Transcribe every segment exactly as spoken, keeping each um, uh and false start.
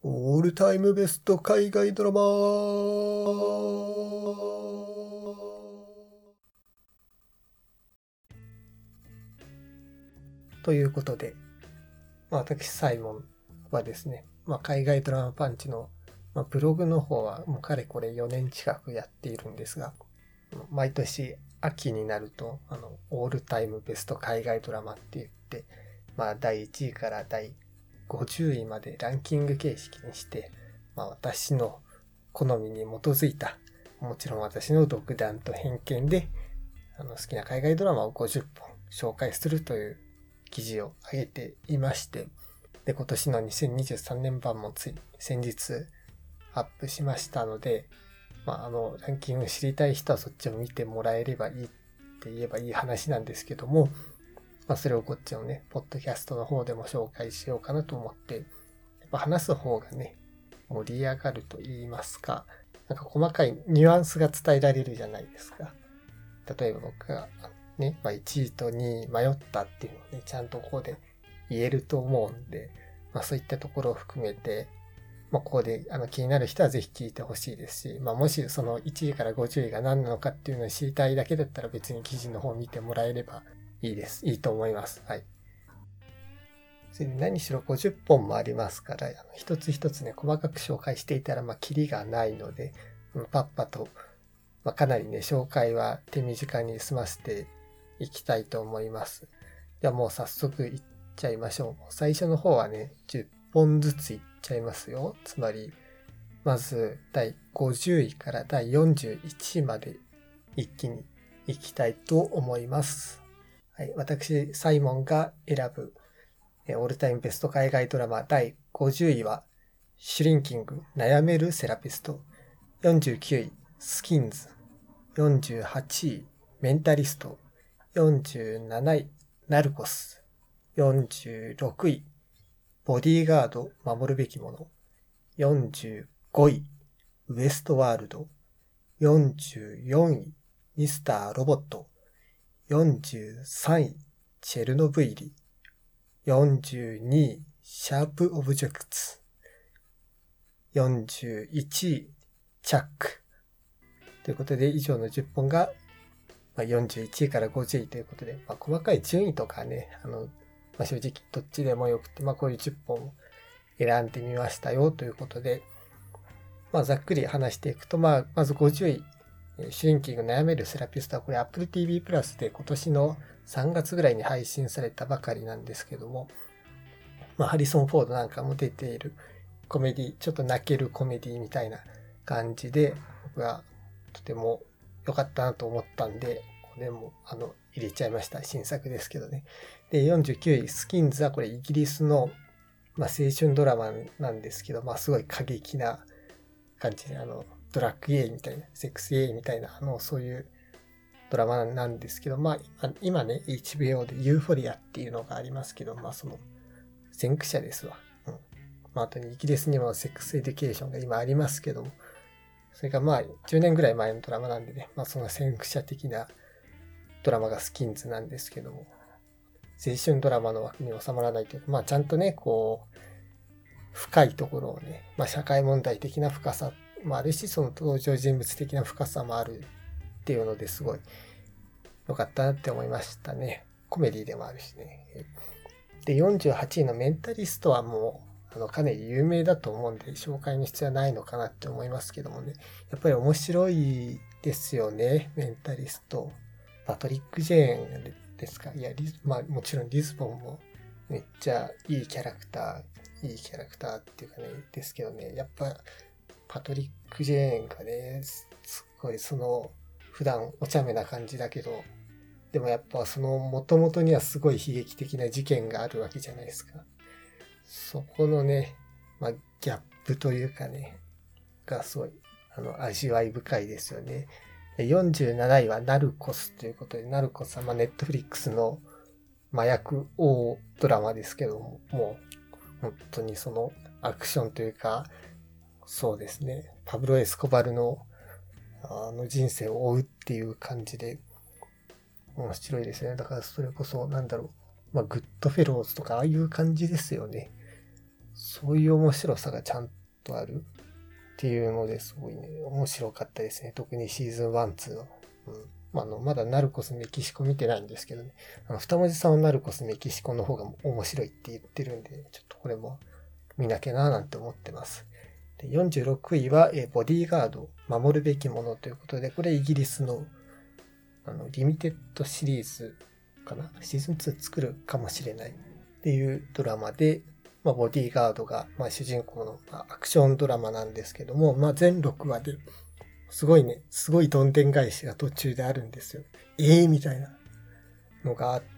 オールタイムベスト海外ドラマということで、まあ、私サイモンはですね、まあ、海外ドラマパンチの、まあ、ブログの方はもうかれこれよねん近くやっているんですが、毎年秋になるとあのオールタイムベスト海外ドラマって言って、まあ、だいいちいからだいごじゅういまでランキング形式にして、まあ、私の好みに基づいた、もちろん私の独断と偏見であの好きな海外ドラマをごじゅっぽん紹介するという記事を上げていまして、で今年のにせんにじゅうさんねん版もつい先日アップしましたので、まあ、あのランキング知りたい人はそっちを見てもらえればいいって言えばいい話なんですけども、まあ、それをこっちのねポッドキャストの方でも紹介しようかなと思って、やっぱ話す方がね盛り上がると言いますか、なんか細かいニュアンスが伝えられるじゃないですか。例えば僕がね、まあ、いちいとにい迷ったっていうのをねちゃんとここで言えると思うんで、まあ、そういったところを含めて、まあ、ここであの気になる人はぜひ聞いてほしいですし、まあ、もしそのいちいからごじゅういが何なのかっていうのを知りたいだけだったら別に記事の方を見てもらえればいいです。いいと思います。はい。何しろごじゅっぽんもありますから、あの一つ一つね、細かく紹介していたら、まあ、キリがないので、パッパと、まあ、かなりね、紹介は手短に済ませていきたいと思います。ではもう早速いっちゃいましょう。最初の方はね、じゅっぽんずついっちゃいますよ。つまり、まずだいごじゅういからだいよんじゅういちいまで一気にいきたいと思います。はい、私、サイモンが選ぶオールタイムベスト海外ドラマだいごじゅういは、シュリンキング悩めるセラピスト。よんじゅうきゅうい、スキンズ。よんじゅうはちい、メンタリスト。よんじゅうなない、ナルコス。よんじゅうろくい、ボディーガード守るべきもの。よんじゅうごい、ウエストワールド。よんじゅうよんい、ミスターロボット。よんじゅうさんい、チェルノブイリ。よんじゅうにい、シャープオブジェクツ。よんじゅういちい、チャック。ということで、以上のじゅっぽんが、まあ、よんじゅういちいからごじゅういということで、まあ、細かい順位とかね、あの、まあ、正直どっちでもよくて、まあ、こういうじゅっぽん選んでみましたよということで、まあ、ざっくり話していくと、まあ、まずごじゅうい、シュリンキング悩めるセラピストは、これ Apple ティーブイ プラスで今年のさんがつぐらいに配信されたばかりなんですけども、まあ、ハリソン・フォードなんかも出ているコメディ、ちょっと泣けるコメディみたいな感じで、僕はとても良かったなと思ったんで、これもあの入れちゃいました。新作ですけどね。で、よんじゅうきゅうい、スキンズはこれイギリスの、まあ、青春ドラマなんですけど、まあ、すごい過激な感じで、あの、ドラッグゲイみたいな、セックスゲイみたいな、あの、そういうドラマなんですけど、まあ、今ね、エイチビーオー でユーフォリアっていうのがありますけど、まあ、その、先駆者ですわ。うん。まあ、あとにイギリスにもセックスエデュケーションが今ありますけども、それがまあ、じゅうねんぐらい前のドラマなんでね、まあ、その先駆者的なドラマがスキンズなんですけども、青春ドラマの枠に収まらないというか、まあ、ちゃんとね、こう、深いところをね、まあ、社会問題的な深さもあるし、その登場人物的な深さもあるっていうのですごい良かったなって思いましたね。コメディでもあるしね。で、よんじゅうはちいのメンタリストはもう、あの、かなり有名だと思うんで、紹介の必要はないのかなって思いますけどもね。やっぱり面白いですよね、メンタリスト。パトリック・ジェーンですか。いや、リズまあ、もちろんリズボンもめっちゃいいキャラクター、いいキャラクターっていうかね、ですけどね、やっぱ、パトリック・ジェーンがね、すごいその、普段お茶目な感じだけど、でもやっぱその元々にはすごい悲劇的な事件があるわけじゃないですか。そこのね、まあ、ギャップというかね、がすごい、あの、味わい深いですよね。よんじゅうなないはナルコスということで、ナルコスはまあネットフリックスの麻薬王ドラマですけども、もう本当にそのアクションというか、そうですね、パブロ・エスコバルのあの人生を追うっていう感じで、面白いですね。だからそれこそ、なんだろう。まあ、グッドフェローズとか、ああいう感じですよね。 そういう面白さがちゃんとあるっていうのですごいね、面白かったですね。特にシーズンワン、ツーは。うん。まあ、あの、まだナルコスメキシコ見てないんですけどね。あの、二文字さんはナルコスメキシコの方が面白いって言ってるんで、ちょっとこれも見なきゃななんて思ってます。でよんじゅうろくいは、えボディーガード、守るべきものということで、これイギリスの、あの、リミテッドシリーズかなシーズンツー作るかもしれないっていうドラマで、まあ、ボディーガードが、まあ、主人公の、まあ、アクションドラマなんですけども、まあ、全ろくわですごいね、すごいどんでん返しが途中であるんですよ。ええー、みたいなのがあって、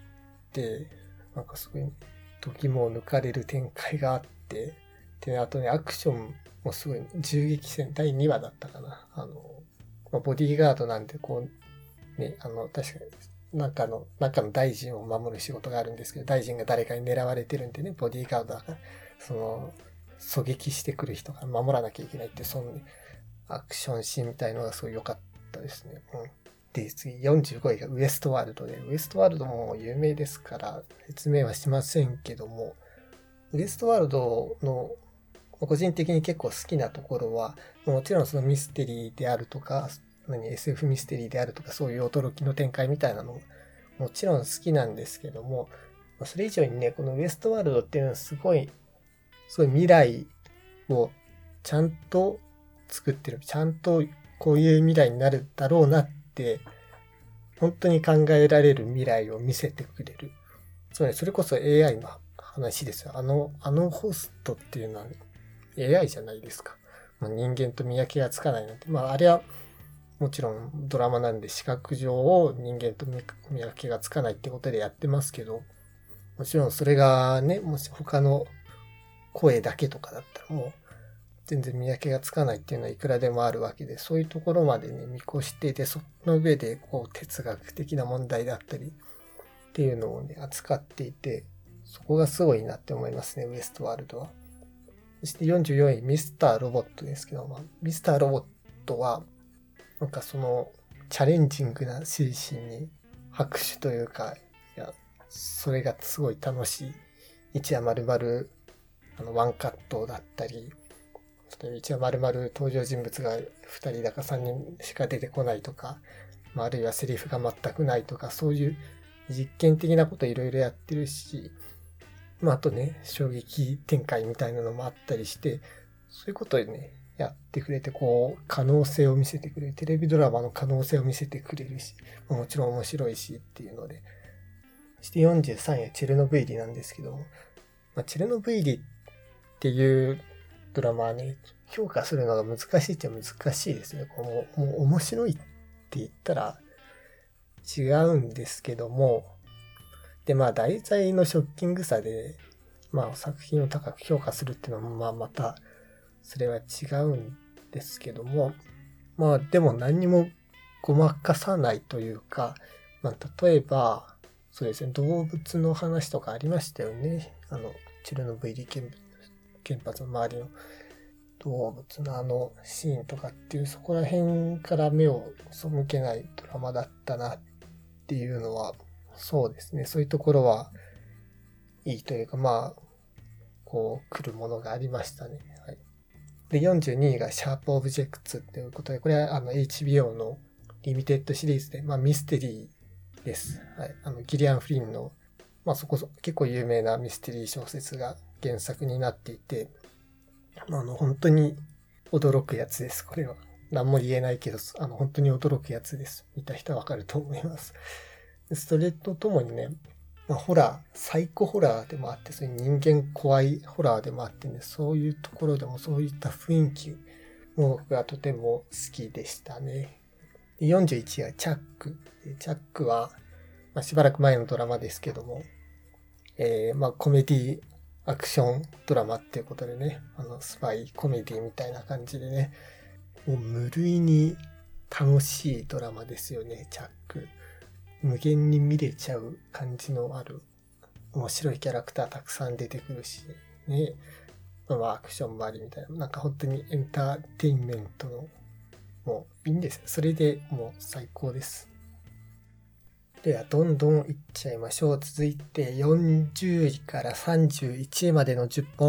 なんかすごい、ね、時も抜かれる展開があって、で、あとね、アクションもすごい、銃撃戦だいにわだったかな。あの、まあ、ボディーガードなんで、こう、ね、あの、確かに、なんかの、中の大臣を守る仕事があるんですけど、大臣が誰かに狙われてるんでね、ボディーガードだから、その、狙撃してくる人が守らなきゃいけないって、その、ね、アクションシーンみたいのがすごい良かったですね。うん。で、次よんじゅうごいがウエストワールドで、ウエストワールドも有名ですから説明はしませんけども、ウエストワールドの個人的に結構好きなところは、もちろんそのミステリーであるとか、何 エスエフ ミステリーであるとか、そういう驚きの展開みたいなのももちろん好きなんですけども、それ以上にね、このウエストワールドっていうのはすごい、すごい未来をちゃんと作ってる。ちゃんとこういう未来になるだろうなって、本当に考えられる未来を見せてくれる。つまりそれこそ エーアイ の話ですよ。あの、あのホストっていうのは エーアイ じゃないですか。まあ、人間と見分けがつかないなんて。まああれはもちろんドラマなんで視覚上を人間と見分けがつかないってことでやってますけど、もちろんそれがね、もし他の声だけとかだったらもう全然見分けがつかないっていうのはいくらでもあるわけで、そういうところまでね、見越していて、その上でこう哲学的な問題だったりっていうのをね、扱っていて、そこがすごいなって思いますね、ウエストワールドは。そしてよんじゅうよんい、ミスターロボットですけど、まあ、ミスターロボットは、なんかその、チャレンジングな精神に拍手というか、いや、それがすごい楽しい。一夜丸々、あの、ワンカットだったり、一夜丸々登場人物がふたりだかさんにんしか出てこないとか、まあ、あるいはセリフが全くないとか、そういう実験的なこといろいろやってるし、まあ、あとね、衝撃展開みたいなのもあったりして、そういうことでね、やってくれて、こう、可能性を見せてくれる。テレビドラマの可能性を見せてくれるし、もちろん面白いしっていうので。そしてよんじゅうさんいはチェルノブイリなんですけども、まあ、チェルノブイリっていうドラマはね、評価するのが難しいっちゃ難しいですね。こうもう、もう面白いって言ったら違うんですけども、で、まあ題材のショッキングさで、まあ作品を高く評価するっていうのは、まあまた、それは違うんですけども、まあでも何にもごまかさないというか、まあ例えば、そうですね、動物の話とかありましたよね。あの、チェルノブイリ原発の周りの動物のあのシーンとかっていう、そこら辺から目を背けないドラマだったなっていうのは、そうですね、そういうところはいいというか、まあ、こう来るものがありましたね。はい。で、よんじゅうにいがシャープオブジェクツということで、これはあの エイチビーオー のリミテッドシリーズで、まあミステリーです。はい。あの、ギリアン・フリンの、まあそこそ、結構有名なミステリー小説が原作になっていて、あの、本当に驚くやつです、これは。何も言えないけど、あの、本当に驚くやつです。見た人はわかると思います。それとともにね、まあ、ホラー、サイコホラーでもあって、そういう人間怖いホラーでもあってね、そういうところでもそういった雰囲気も僕がとても好きでしたね。よんじゅういちいはチャック。チャックは、まあ、しばらく前のドラマですけども、えー、まあコメディアクションドラマっていうことでね、あのスパイコメディみたいな感じでね、もう無類に楽しいドラマですよね、チャック。無限に見れちゃう感じのある面白いキャラクターたくさん出てくるし、ね、まあアクションもありみたいな、なんか本当にエンターテインメントの、もういいんですよ。それでもう最高です。ではどんどんいっちゃいましょう。続いてよんじゅういからさんじゅういちいまでのじゅっぽん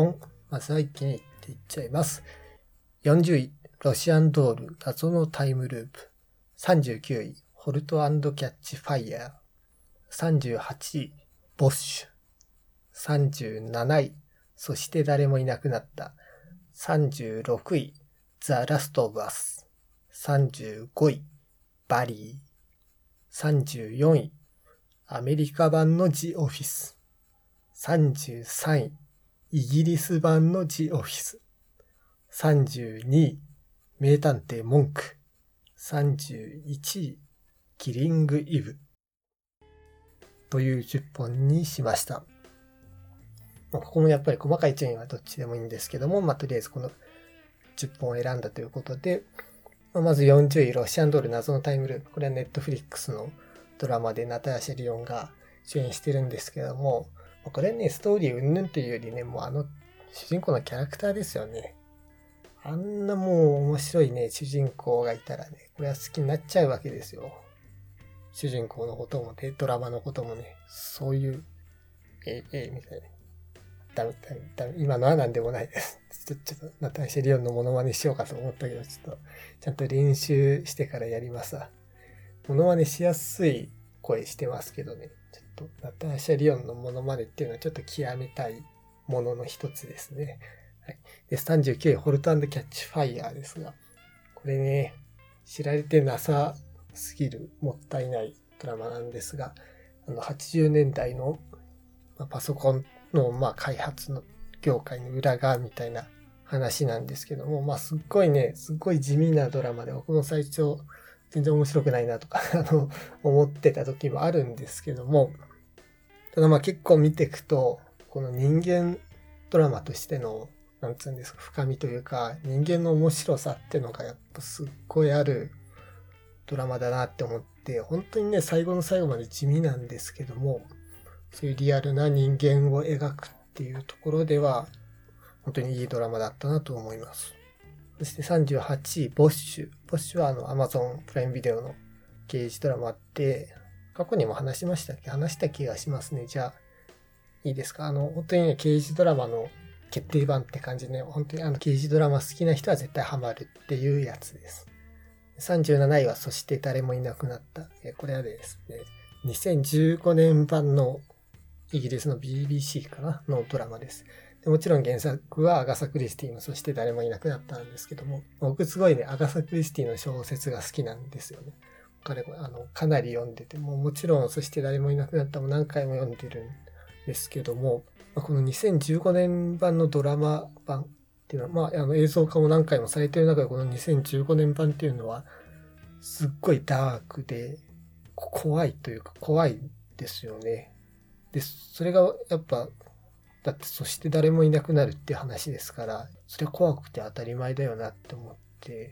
まずは一気にいっていっちゃいます。よんじゅうい、ロシアンドール、謎のタイムループ。さんじゅうきゅうい、ホルト&キャッチファイヤー。さんじゅうはちい、ボッシュ。さんじゅうなない、そして誰もいなくなった。さんじゅうろくい、ザ・ラスト・オブ・アス。さんじゅうごい、バリー。さんじゅうよんい、アメリカ版のジ・オフィス。さんじゅうさんい、イギリス版のジ・オフィス。さんじゅうにい、名探偵モンク。さんじゅういちい、キリング・イブ。というじゅっぽんにしました。ここもやっぱり細かい順位はどっちでもいいんですけども、まあ、とりあえずこのじゅっぽんを選んだということで、まずよんじゅうい、ロシアンドール謎のタイムループ。これはネットフリックスのドラマでナターシャ・リオンが主演してるんですけども、これね、ストーリー云々というよりね、もうあの主人公のキャラクターですよね。あんなもう面白いね、主人公がいたらね、これは好きになっちゃうわけですよ。主人公のこともね、ドラマのこともね、そういう、ええ、えみたいな。ダメ、ダメ、ダメ。今のは何でもないです。ちょっと、ちょっと、ナターシャ・リオンのモノマネしようかと思ったけど、ちょっと、ちゃんと練習してからやりますわ。モノマネしやすい声してますけどね、ちょっと、ナターシャ・リオンのモノマネっていうのはちょっと極めたいものの一つですね。はい。で、さんじゅうきゅうい、ホルト&キャッチファイヤーですが、これね、知られてなさすぎる、もったいないドラマなんですが、あの、はちじゅうねんだいの、まあ、パソコンの、まあ、開発の業界の裏側みたいな話なんですけども、まあ、すっごいね、すっごい地味なドラマで、僕も最初、全然面白くないなとか、あの、思ってた時もあるんですけども、ただまあ結構見ていくと、この人間ドラマとしての、なんつうんですか、深みというか、人間の面白さっていうのがやっぱすっごいあるドラマだなって思って、本当にね、最後の最後まで地味なんですけども、そういうリアルな人間を描くっていうところでは、本当にいいドラマだったなと思います。そしてさんじゅうはちい、ボッシュ。ボッシュはあの Amazon プライムビデオの刑事ドラマって過去にも話しましたっけ？話した気がしますね。じゃあいいですか？あの本当にね、刑事ドラマの決定版って感じでね、本当にあの刑事ドラマ好きな人は絶対ハマるっていうやつです。さんじゅうなないはそして誰もいなくなった。これはですね、にせんじゅうごねん版のイギリスの ビービーシー かなのドラマです。でもちろん原作はアガサ・クリスティのそして誰もいなくなったんですけども、僕すごいね、アガサ・クリスティの小説が好きなんですよね。彼あのかなり読んでて、もうもちろんそして誰もいなくなったも何回も読んでるんですけども、このにせんじゅうごねん版のドラマ版っていうのは、まあ、あの映像化も何回もされている中で、このにせんじゅうごねん版っていうのは、すっごいダークで、怖いというか怖いですよね。で、それがやっぱ、だってそして誰もいなくなるっていう話ですから、それは怖くて当たり前だよなって思って、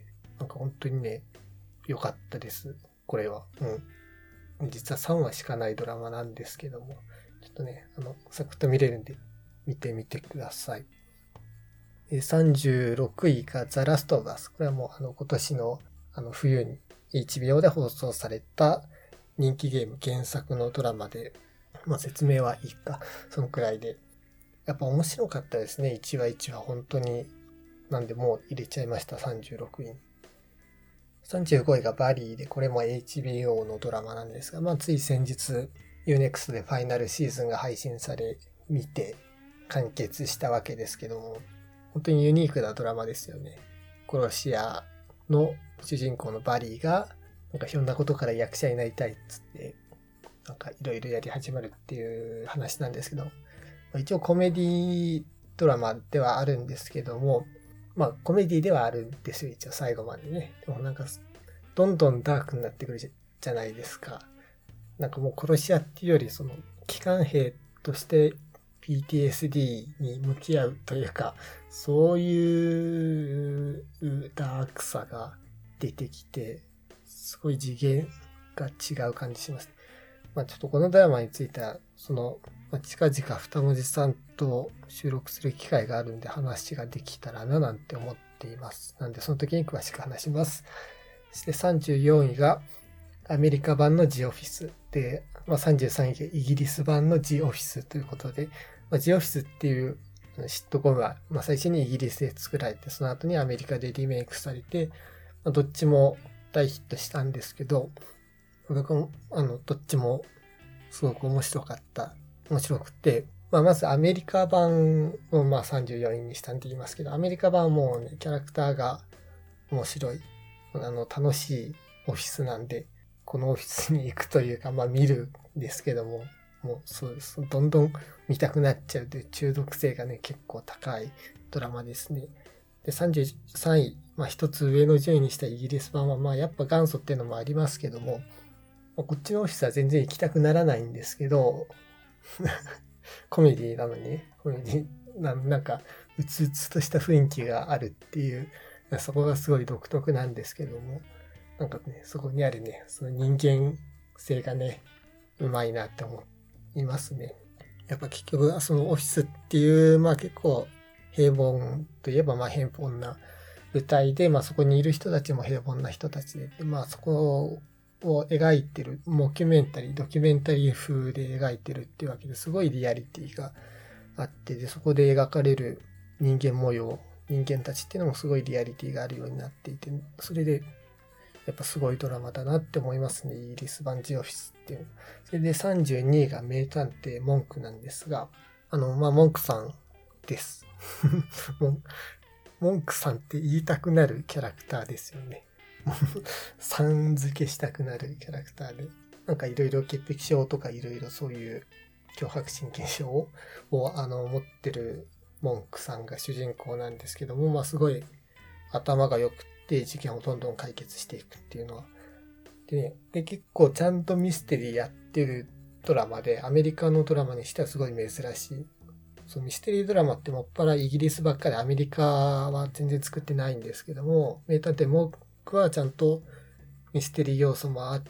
なんか本当にね、良かったです。これは。うん。実はさんわしかないドラマなんですけども、ちょっとね、あの、サクッと見れるんで、見てみてください。さんじゅうろくいがザ・ラスト・オブ・アス。これはもうあの今年のあの冬に エイチビーオー で放送された人気ゲーム原作のドラマで、まあ説明はいいか、そのくらいで。やっぱ面白かったですね。いちわいちわ本当に。なんでもう入れちゃいました。さんじゅうろくいに。さんじゅうごいがバリーで、これも エイチビーオー のドラマなんですが、まあつい先日 ユーネクスト でファイナルシーズンが配信され、見て完結したわけですけども、本当にユニークなドラマですよね。殺し屋の主人公のバリーが、なんかひょんなことから役者になりたいっつって、なんかいろいろやり始まるっていう話なんですけど、一応コメディドラマではあるんですけども、まあコメディではあるんですよ、一応最後までね。でもなんか、どんどんダークになってくるじゃないですか。なんかもう殺し屋っていうより、その、機関兵として、ピーティーエスディー に向き合うというか、そういうダークさが出てきて、すごい次元が違う感じします。まあちょっとこのドラマについては、その、まあ、近々二文字さんと収録する機会があるんで話ができたらななんて思っています。なんでその時に詳しく話します。そしてさんじゅうよんいがアメリカ版のジオフィスで、まあ、さんじゅうさんいがイギリス版のジオフィスということで、まあ、ジオフィスっていうシットコムは、まあ、最初にイギリスで作られて、その後にアメリカでリメイクされて、まあ、どっちも大ヒットしたんですけど、僕も、あの、どっちもすごく面白かった。面白くて、まあ、まずアメリカ版をまあさんじゅうよんいにしたんで言いますけど、アメリカ版はもうね、キャラクターが面白い、あの、楽しいオフィスなんで、このオフィスに行くというか、まあ見るんですけども、もうそうです。どんどん見たくなっちゃうという中毒性がね、結構高いドラマですね。で、さんじゅうさんい、まあ一つ上の順位にしたイギリス版は、まあやっぱ元祖っていうのもありますけども、こっちのオフィスは全然行きたくならないんですけど、コメディなのにね、コメディな、なんか、うつうつとした雰囲気があるっていう、そこがすごい独特なんですけども、なんかね、そこにあるね、その人間性がね、うまいなって思いますね。やっぱ結局、そのオフィスっていう、まあ結構平凡といえばまあ平凡な舞台で、まあそこにいる人たちも平凡な人たちで、まあそこを描いてる、モキュメンタリー、ドキュメンタリー風で描いてるっていうわけですごいリアリティがあって、で、そこで描かれる人間模様、人間たちっていうのもすごいリアリティがあるようになっていて、それでやっぱすごいドラマだなって思いますね。イギリス版ジオフィスっていう。それでさんじゅうにいが名探偵モンクなんですが、あの、まあ、モンクさんです。モンクさんって言いたくなるキャラクターですよね。さん付けしたくなるキャラクターで。なんかいろいろ潔癖症とかいろいろそういう強迫神経症ををあの持ってるモンクさんが主人公なんですけども、まあすごい頭が良くて事件をどんどん解決していくっていうのは。で、ね、で結構ちゃんとミステリーやってるドラマで、アメリカのドラマにしてはすごい珍しい。そうミステリードラマってもっぱらイギリスばっかり、アメリカは全然作ってないんですけども、名探偵モンクはちゃんとミステリー要素もあって、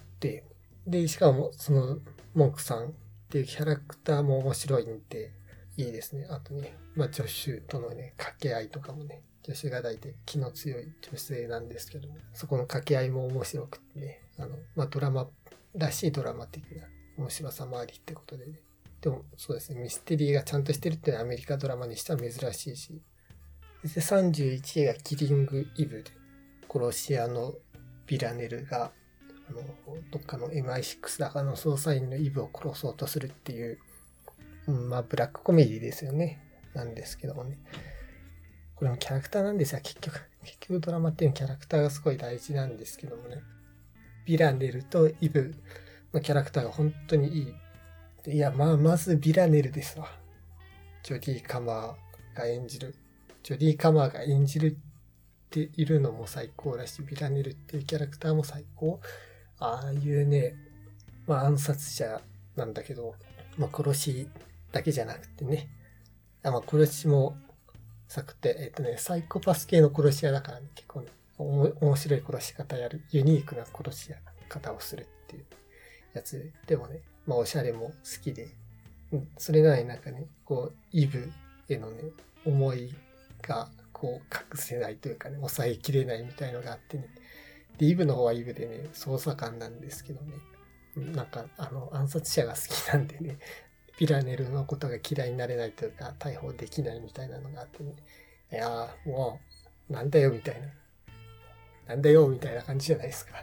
で、しかもそのモンクさんっていうキャラクターも面白いんで、いいですね。あとね、まあ、助手とのね、掛け合いとかもね、助手が大体気の強い女性なんですけども、そこの掛け合いも面白くてね、あの、まあ、ドラマらしいドラマ的な面白さもありってことでね。でも、そうですね、ミステリーがちゃんとしてるってのはアメリカドラマにしては珍しいし、で、さんじゅういちいがキリングイブで、殺し屋のビラネルが、あの、どっかの エムアイシックス だかの捜査員のイブを殺そうとするっていう、うん、まあ、ブラックコメディですよね。なんですけどもね。これもキャラクターなんですよ、結局。結局ドラマっていうのはキャラクターがすごい大事なんですけどもね。ビラネルとイブのキャラクターが本当にいい。いや、まあ、まずビラネルですわ。ジョディ・カマーが演じる。ジョディ・カマーが演じるっているのも最高だし、ビラネルっていうキャラクターも最高。ああいうね、まあ暗殺者なんだけど、まあ殺しだけじゃなくてね、あまあ殺しもさくて、えっとね、サイコパス系の殺し屋だからね、結構ね、面白い殺し方やる、ユニークな殺し屋方をするっていうやつで、でもね、まあおしゃれも好きで、うん、それなのになんかね、こう、イブへのね、思いが、こう、隠せないというかね、抑えきれないみたいのがあってね。で、イブの方はイブでね、捜査官なんですけどね、なんか、あの、暗殺者が好きなんでね、ピラネルのことが嫌いになれないというか、逮捕できないみたいなのがあってね、いやー、もう、なんだよみたいな。なんだよみたいな感じじゃないですか。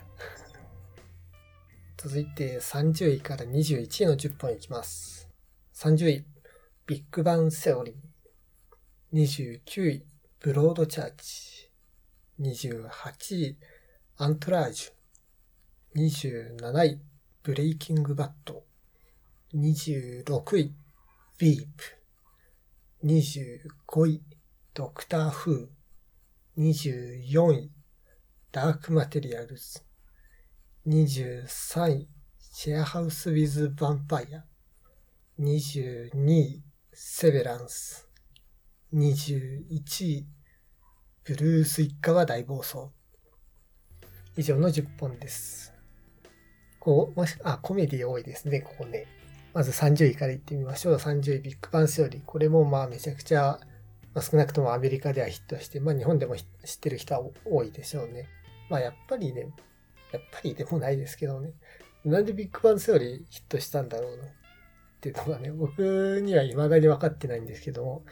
続いてさんじゅういからにじゅういちいのじゅっぽんいきます。さんじゅうい、ビッグバンセオリー。にじゅうきゅうい、ブロードチャーチ。にじゅうはちい、アントラージュ。にじゅうなない、ブレイキングバット。にじゅうろくい、ビープ。にじゅうごい、ドクターフー。にじゅうよんい、ダークマテリアルズ。にじゅうさんい、シェアハウス・ウィズ・ヴァンパイア。にじゅうにい、セベランス。にじゅういちい、ブルース一家は大暴走。以上のじゅっぽんです。こう、もし、あ、コメディ多いですね、ここね。まずさんじゅういからいってみましょう。さんじゅうい、ビッグバンセオリー。これもまあめちゃくちゃ、まあ、少なくともアメリカではヒットして、まあ日本でも知ってる人は多いでしょうね。まあやっぱりね、やっぱりでもないですけどね。なんでビッグバンセオリーヒットしたんだろうなっていうのがね、僕には未だに分かってないんですけども、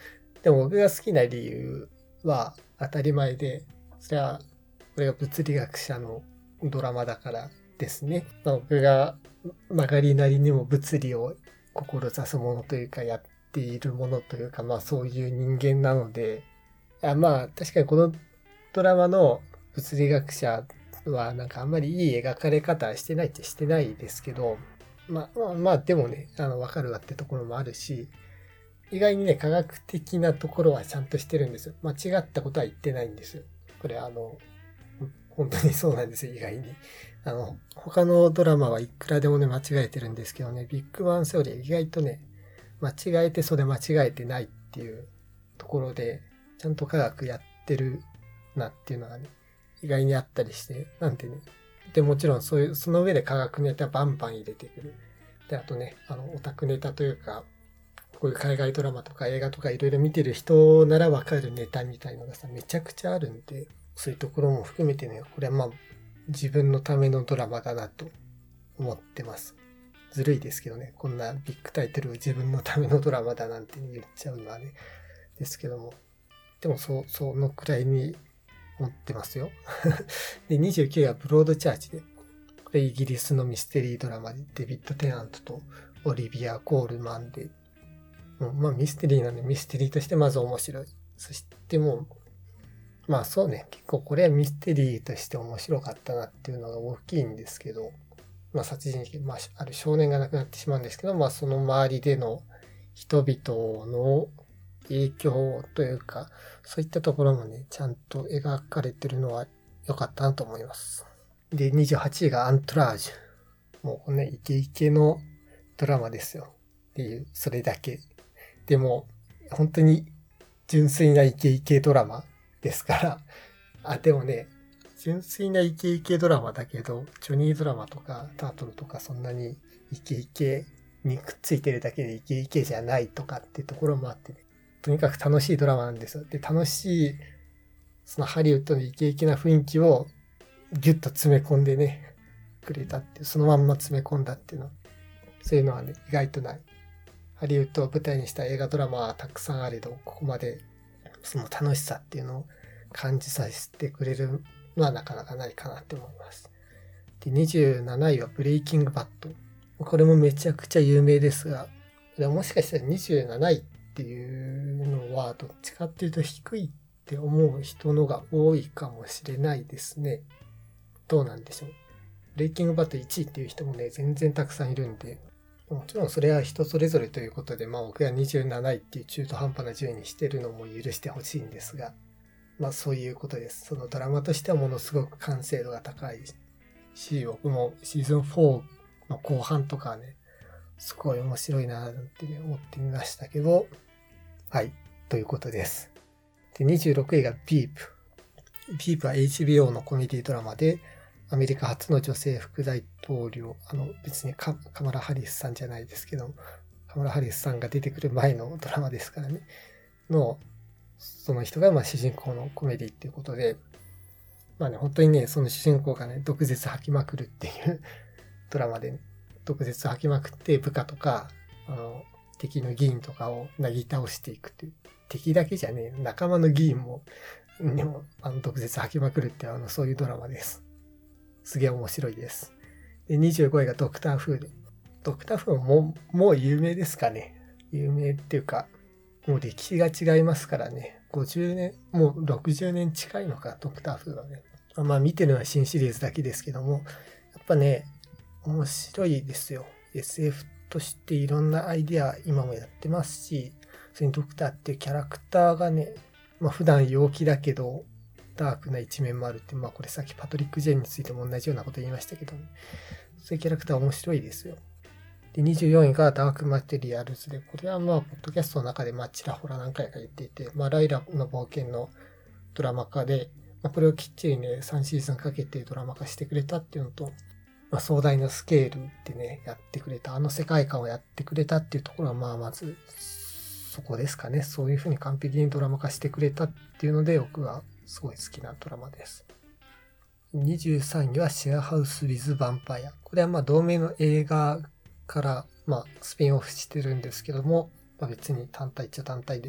でも僕が好きな理由は当たり前で、それはこれが物理学者のドラマだからですね。まあ、僕が曲がりなりにも物理を志すものというかやっているものというか、まあそういう人間なので、あまあ確かにこのドラマの物理学者はなんかあんまりいい描かれ方してないってしてないですけど、まあまあまあでもね、あのわかるわってところもあるし、意外にね、科学的なところはちゃんとしてるんですよ。間違ったことは言ってないんですよ。これあの、本当にそうなんですよ、意外に。あの、他のドラマはいくらでもね、間違えてるんですけどね、ビッグバンセオリー意外とね、間違えてそれ間違えてないっていうところで、ちゃんと科学やってるなっていうのがね、意外にあったりして、なんてね。で、もちろんそういう、その上で科学ネタバンバン入れてくる。で、あとね、あの、オタクネタというか、こういう海外ドラマとか映画とかいろいろ見てる人ならわかるネタみたいのがさ、めちゃくちゃあるんで、そういうところも含めてね、これはまあ、自分のためのドラマだなと思ってます。ずるいですけどね、こんなビッグタイトルを自分のためのドラマだなんて言っちゃうのはね、ですけども。でもそう、そのくらいに思ってますよ。で、にじゅうきゅういはブロードチャーチで、これイギリスのミステリードラマで、デビッド・テナントとオリビア・コールマンで、うん、まあミステリーなんでミステリーとしてまず面白い。そしてもう、まあそうね、結構これはミステリーとして面白かったなっていうのが大きいんですけど、まあ殺人事件、まあある少年が亡くなってしまうんですけど、まあその周りでの人々の影響というか、そういったところもね、ちゃんと描かれてるのは良かったなと思います。で、にじゅうはちいがアントラージュ。もうね、イケイケのドラマですよ。っていう、それだけ。でも、本当に純粋なイケイケドラマですから。あ、でもね、純粋なイケイケドラマだけど、ジョニードラマとかタートルとかそんなにイケイケにくっついてるだけでイケイケじゃないとかってところもあってね。とにかく楽しいドラマなんですよ。で、楽しい、そのハリウッドのイケイケな雰囲気をギュッと詰め込んでね、くれたっていう、そのまんま詰め込んだっていうのは、そういうのはね、意外とない。ハリウッドを舞台にした映画ドラマはたくさんあれど、ここまでその楽しさっていうのを感じさせてくれるのはなかなかないかなって思います。で、にじゅうなないはブレイキングバッド。これもめちゃくちゃ有名ですが、もしかしたらにじゅうなないっていうのはどっちかっていうと低いって思う人のが多いかもしれないですね。どうなんでしょう。ブレイキングバッドいちいっていう人もね、全然たくさんいるんで、もちろんそれは人それぞれということで、まあ僕がにじゅうなないっていう中途半端な順位にしてるのも許してほしいんですが、まあそういうことです。そのドラマとしてはものすごく完成度が高いし、僕もシーズンフォーの後半とかね、すごい面白いななんて、ね、思ってみましたけど、はい、ということです。で、にじゅうろくいがビープ。ビープは エイチビーオー のコメディドラマで、アメリカ初の女性副大統領、あの別にカマラ・ハリスさんじゃないですけど、カマラ・ハリスさんが出てくる前のドラマですからね、の、その人がまあ主人公のコメディっていうことで、まあね、本当にね、その主人公がね、毒舌吐きまくるっていうドラマで、ね、毒舌吐きまくって部下とか、あの、敵の議員とかをなぎ倒していくっていう。敵だけじゃねえ、仲間の議員も、でも、あの、毒舌吐きまくるっていう、あの、そういうドラマです。すげえ面白いです。で、にじゅうごいがドクターフーで。ドクターフーも、もう有名ですかね。有名っていうか、もう歴史が違いますからね。ごじゅうねん、もうろくじゅうねん近いのか、ドクターフーはね。まあ見てるのは新シリーズだけですけども、やっぱね、面白いですよ。エスエフ としていろんなアイデア今もやってますし、それにドクターっていうキャラクターがね、まあ普段陽気だけど、ダークな一面もあるって、まあこれさっきパトリック・ジェンについても同じようなこと言いましたけど、ね、そういうキャラクター面白いですよ。で、にじゅうよんいがダークマテリアルズで、これはまあ、ポッドキャストの中でまあ、ちらほら何回か言っていて、まあ、ライラの冒険のドラマ化で、まあ、これをきっちりね、さんシーズンかけてドラマ化してくれたっていうのと、まあ、壮大なスケールでね、やってくれた、あの世界観をやってくれたっていうところは、まあ、まず、そこですかね。そういうふうに完璧にドラマ化してくれたっていうので、僕はすごい好きなドラマです。にじゅうさんいはシェアハウス・ウィズ・ヴァンパイア。これはまあ、同名の映画から、まあ、スピンオフしてるんですけども、まあ、別に単体っちゃ単体で、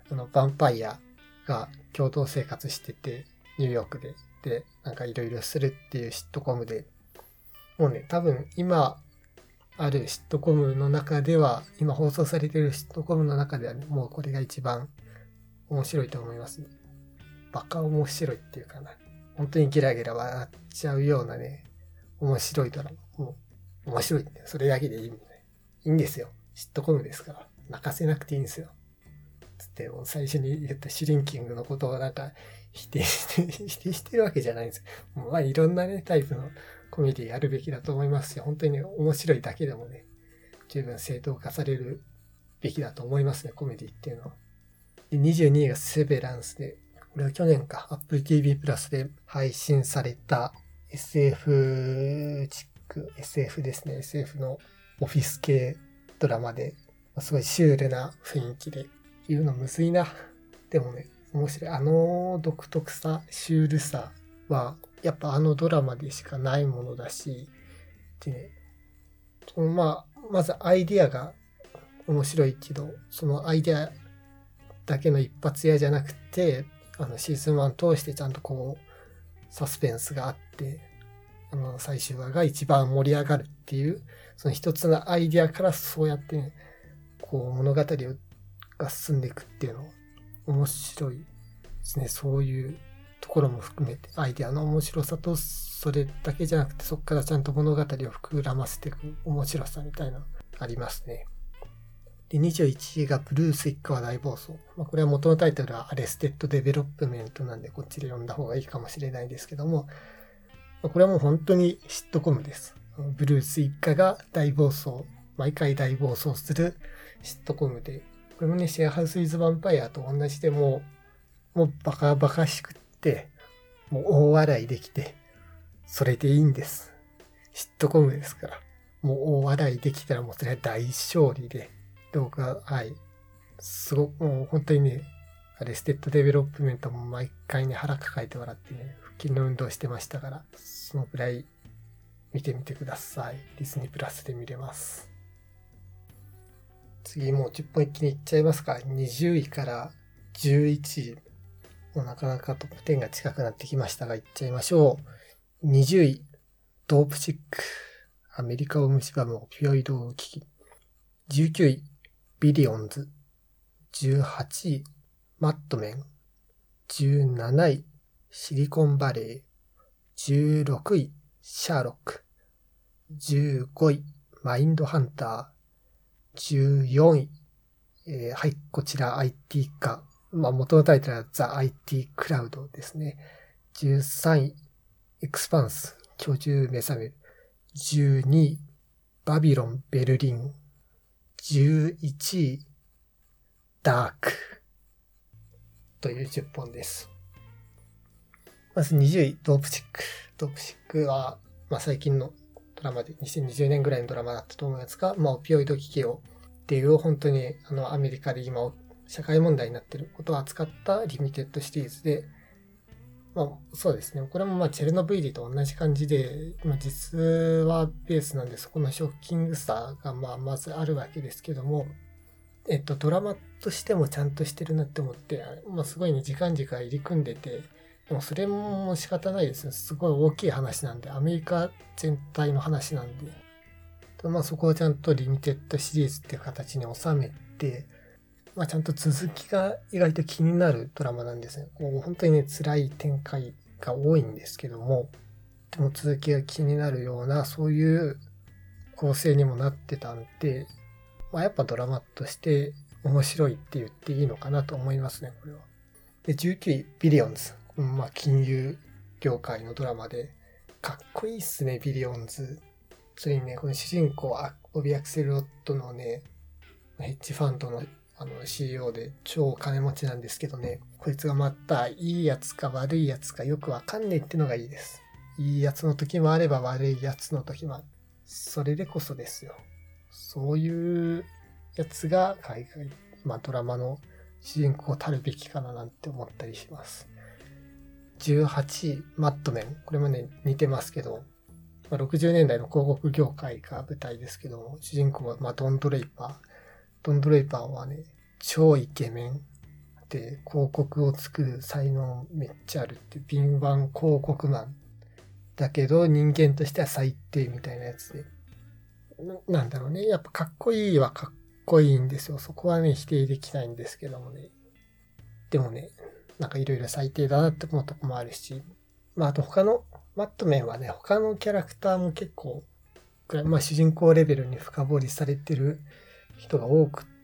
あの、ヴァンパイアが共同生活してて、ニューヨークで、で、なんかいろいろするっていうシットコムで、もうね、多分今あるシットコムの中では、今放送されているシットコムの中ではね、もうこれが一番面白いと思いますね。バカ面白いっていうかな。本当にゲラゲラ笑っちゃうようなね、面白いドラマ。もう、面白いって、それだけでいいみたいな。いいんですよ。シットコムですから。泣かせなくていいんですよ。つって、もう最初に言ったシュリンキングのことをなんか否定して、否定してるわけじゃないんですよ。もうまあいろんなね、タイプのコメディやるべきだと思いますし、本当にね、面白いだけでもね、十分正当化されるべきだと思いますね、コメディっていうのは。で、にじゅうにいがセベランスで、これは去年か、Apple ティーブイ プラスで配信された エスエフ チック、エスエフ ですね、エスエフ のオフィス系ドラマで、すごいシュールな雰囲気で、言うのむずいな。でもね、面白い。あの独特さ、シュールさは、やっぱあのドラマでしかないものだし、でね、まあ、まずアイディアが面白いけど、そのアイディアだけの一発屋じゃなくて、あのシーズンワン通してちゃんとこう、サスペンスがあって、あの最終話が一番盛り上がるっていう、その一つのアイディアからそうやってね、こう物語が進んでいくっていうのは面白いですね。そういうところも含めて、アイディアの面白さと、それだけじゃなくて、そこからちゃんと物語を膨らませていく面白さみたいなのありますね。で、にじゅういちいがブルース一家は大暴走。まあ、これは元のタイトルはアレステッドデベロップメントなんで、こっちで読んだ方がいいかもしれないですけども、まあ、これはもう本当にシットコムです。ブルース一家が大暴走、毎回大暴走するシットコムで、これもね、シェアハウス・イズ・ヴァンパイアと同じでもう、もうバカバカしくって、もう大笑いできて、それでいいんです。シットコムですから。もう大笑いできたらもうそれは大勝利で、動画、はい。すごく、もう本当にね、アレステッドデベロップメントも毎回ね、腹抱えて笑ってね、腹筋の運動してましたから、そのくらい見てみてください。ディズニープラスで見れます。次もうじゅっぽん一気にいっちゃいますか。にじゅういからじゅういちい。もうなかなかトップじゅうが近くなってきましたが、いっちゃいましょう。にじゅうい、ドープシック。アメリカを蝕むオピオイド危機。じゅうきゅうい、ビリオンズ。じゅうはちい、マッドメン。じゅうなない、シリコンバレー。じゅうろくい、シャーロック。じゅうごい、マインドハンター。じゅうよんい、えー、はい、こちら アイティー 化。まあ、元のタイトルは The アイティー Cloud ですね。じゅうさんい、エクスパンス、居住目覚める。じゅうにい、バビロン、ベルリン。じゅういちい、ダーク。というじゅっぽんです。まずにじゅうい、ドープシック。ドープシックは、まあ、最近のドラマでにせんにじゅうねんぐらいのドラマだったと思いますが、まあ、オピオイド危機をっていう本当にあのアメリカで今社会問題になっていることを扱ったリミテッドシリーズで、まあそうですね、これもまあチェルノブイリと同じ感じで、まあ、実話ベースなんでそこのショッキングさがまあまずあるわけですけども、えっとドラマとしてもちゃんとしてるなって思って、まあすごいね時間軸が入り組んでて、でもそれも仕方ないですね。すごい大きい話なんで、アメリカ全体の話なんで、まあそこをちゃんとリミテッドシリーズっていう形に収めて、まあちゃんと続きが意外と気になるドラマなんですね。もう本当にね、辛い展開が多いんですけども、でも続きが気になるような、そういう構成にもなってたんで、まあやっぱドラマとして面白いって言っていいのかなと思いますね、これは。で、じゅうきゅうい、ビリオンズ。まあ金融業界のドラマで、かっこいいっすね、ビリオンズ。それにね、この主人公、ボビー・アクセル・ロッドのね、ヘッジファンドのあの シーイーオー で超金持ちなんですけどね、こいつがまたいいやつか悪いやつかよくわかんねえってのがいいです。いいやつの時もあれば悪いやつの時もある。それでこそですよ。そういうやつが海外、まあドラマの主人公たるべきかななんて思ったりします。じゅうはちい、マッドメン。これもね、似てますけど、まあ、ろくじゅうねんだいの広告業界が舞台ですけど、主人公は、まあ、ドン・ドレイパー。ドン・ドレイパーはね、超イケメン。 って広告を作る才能めっちゃあるっていう敏腕広告マンだけど人間としては最低みたいなやつで、な、なんだろうね。やっぱかっこいいはかっこいいんですよ。そこはね、否定できないんですけどもね。でもね、なんかいろいろ最低だなって思うとこもあるし、まああと他の、マットメンはね、他のキャラクターも結構、まあ主人公レベルに深掘りされてる人が多くって、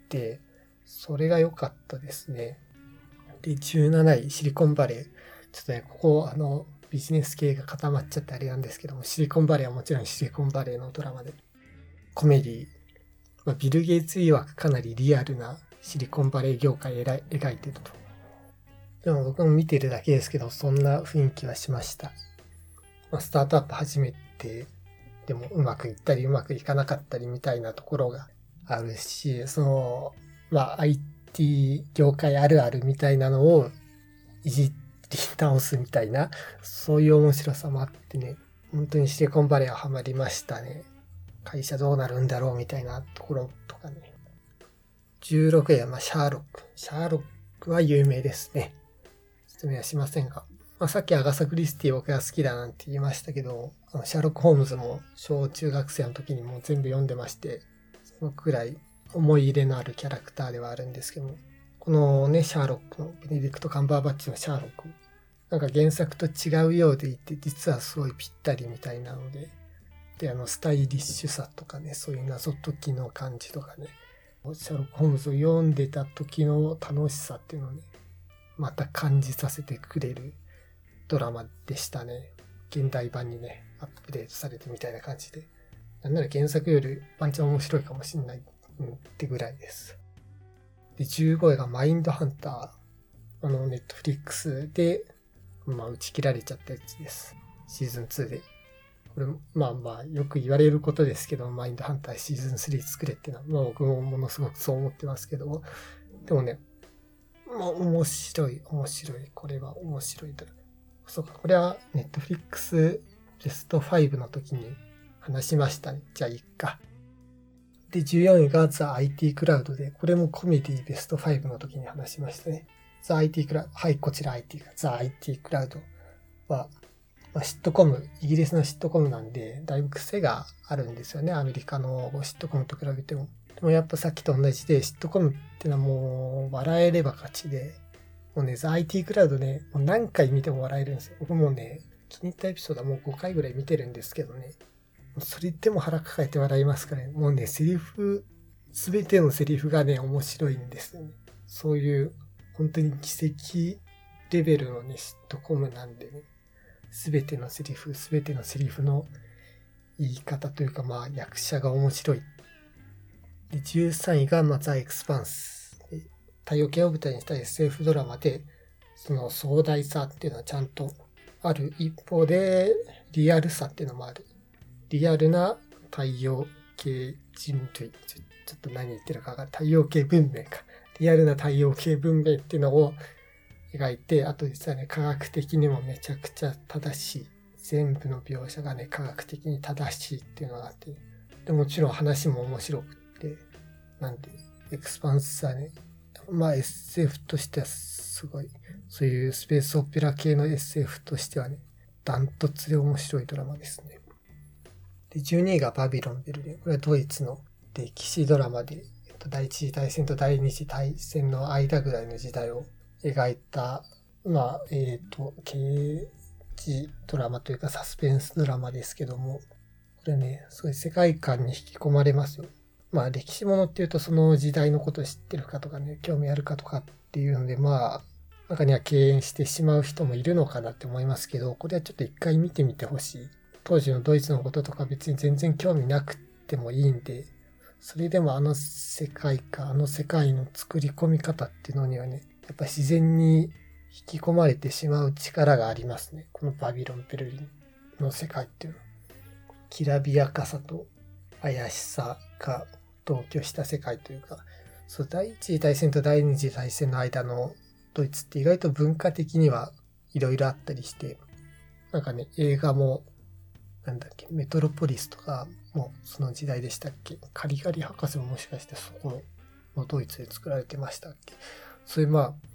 それが良かったですね。で、じゅうなないシリコンバレー。ちょっとね、ここ、あの、ビジネス系が固まっちゃってあれなんですけども、シリコンバレーはもちろんシリコンバレーのドラマで、コメディ、まあ、ビル・ゲイツ曰くかなりリアルなシリコンバレー業界を描いていると。でも僕も見てるだけですけど、そんな雰囲気はしました。まあ、スタートアップ始めて、でもうまくいったりうまくいかなかったりみたいなところがあるし、その、まあ アイティー 業界あるあるみたいなのをいじり倒すみたいな、そういう面白さもあってね、本当にシリコンバレーはハマりましたね。会社どうなるんだろうみたいなところとかね。じゅうろくいは、まあ、シャーロック。シャーロックは有名ですね。説明はしませんが。まあ、さっきアガサ・クリスティ僕が好きだなんて言いましたけど、あのシャーロック・ホームズも小中学生の時にもう全部読んでまして、そのくらい思い入れのあるキャラクターではあるんですけども、このね、シャーロックのベネディクト・カンバーバッチのシャーロック、なんか原作と違うようでいて、実はすごいぴったりみたいなので、で、あの、スタイリッシュさとかね、そういう謎解きの感じとかね、シャーロック・ホームズを読んでた時の楽しさっていうのをね、また感じさせてくれるドラマでしたね。現代版にね、アップデートされてみたいな感じで。なんなら原作よりワンチャン面白いかもしれない、うん、ってぐらいです。で、じゅうごいがマインドハンター。あの、ネットフリックスで、まあ、打ち切られちゃったやつです。シーズンツーで。これ、まあまあ、よく言われることですけど、マインドハンターシーズンスリー作れっていうのは、まあ僕もものすごくそう思ってますけど、でもね、まあ面白い、面白い。これは面白いと。そうか、これはネットフリックスベストファイブの時に話しましたね。じゃあいいか。で、じゅうよんいが The アイティー クラウドで、これもコメディベストファイブの時に話しましたね。The アイティー クラウド。はい、こちら アイティー が。The アイティー クラウドは、まあ、シットコム、イギリスのシットコムなんで、だいぶ癖があるんですよね。アメリカのシットコムと比べても。でもやっぱさっきと同じで、シットコムってのはもう、笑えれば勝ちで、もうね、The アイティー クラウドね、もう何回見ても笑えるんですよ。僕もね、気に入ったエピソードはもうごかいぐらい見てるんですけどね。それでも腹抱えて笑いますからね。もうね、セリフ、すべてのセリフがね、面白いんですよね。そういう、本当に奇跡レベルのね、シットコムなんでね。すべてのセリフ、すべてのセリフの言い方というか、まあ、役者が面白い。で、じゅうさんいが、まあ、ザ・エクスパンス。太陽系を舞台にした エスエフ ドラマで、その壮大さっていうのはちゃんとある一方で、リアルさっていうのもある。リアルな太陽系人類。ちょ、ちょっと何言ってるかが、太陽系文明か。リアルな太陽系文明っていうのを描いて、あと実はね、科学的にもめちゃくちゃ正しい。全部の描写がね、科学的に正しいっていうのがあって、でもちろん話も面白くって、なんて、エクスパンスはね、まあ エスエフ としてはすごい、そういうスペースオペラ系の エスエフ としてはね、ダントツで面白いドラマですね。で、じゅうにいがバビロンベルリン。これはドイツの歴史ドラマで、えっと、第一次大戦と第二次大戦の間ぐらいの時代を描いた、まあ、えっと、刑事ドラマというかサスペンスドラマですけども、これね、すごい世界観に引き込まれますよ。まあ、歴史ものっていうとその時代のことを知ってるかとかね、興味あるかとかっていうので、まあ、中には敬遠してしまう人もいるのかなって思いますけど、これはちょっと一回見てみてほしい。当時のドイツのこととか別に全然興味なくてもいいんで、それでもあの世界か、あの世界の作り込み方っていうのにはね、やっぱ自然に引き込まれてしまう力がありますね。このバビロン・ベルリンの世界っていうのは。きらびやかさと怪しさが同居した世界というか、そう、第一次大戦と第二次大戦の間のドイツって意外と文化的にはいろいろあったりして、なんかね、映画も、なんだっけ、メトロポリスとかもその時代でしたっけ、カリガリ博士ももしかしてそこのドイツで作られてましたっけ。そういうまあ、